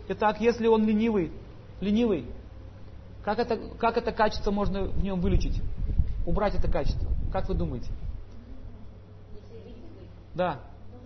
Итак, если он ленивый, как это качество можно в нем вылечить? Убрать это качество. Как вы думаете? Да.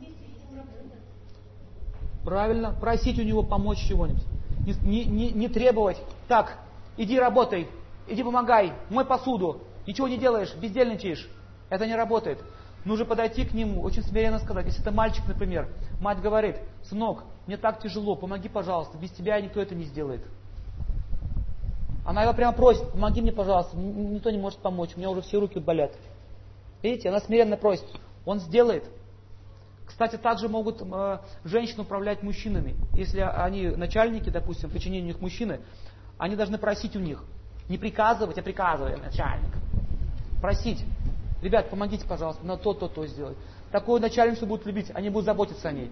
Правильно. Просить у него помочь чего-нибудь. Не требовать. Так, иди работай, иди помогай, мой посуду. Ничего не делаешь, бездельничаешь. Это не работает. Нужно подойти к нему, очень смиренно сказать. Если это мальчик, например, мать говорит: сынок, мне так тяжело, помоги, пожалуйста, без тебя никто это не сделает. Она его прямо просит: помоги мне, пожалуйста, никто не может помочь, у меня уже все руки болят. Видите, она смиренно просит, он сделает. Кстати, также могут женщины управлять мужчинами. Если они начальники, допустим, в подчинении у них мужчины, они должны просить у них. Не приказывать, а приказывать, начальник. Просить. Ребят, помогите, пожалуйста, на то сделать. Такую начальницу будут любить, они будут заботиться о ней.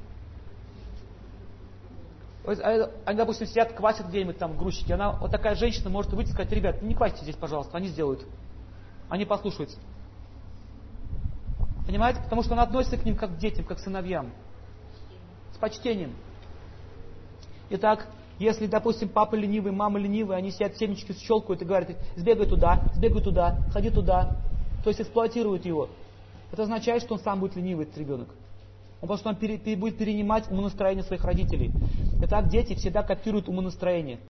Они, допустим, сидят, квасят где-нибудь там грузчики. Вот такая женщина может выйти и сказать: ребят, не квасьте здесь, пожалуйста, они сделают. Они послушаются. Понимаете? Потому что она относится к ним как к детям, как к сыновьям. С почтением. Итак, если, допустим, папа ленивый, мама ленивая, они сидят, семечки щелкают и говорят: сбегай туда, ходи туда. То есть эксплуатируют его. Это означает, что он сам будет ленивый, этот ребенок. Потому что он будет перенимать умонастроение своих родителей. Итак, дети всегда копируют умонастроение.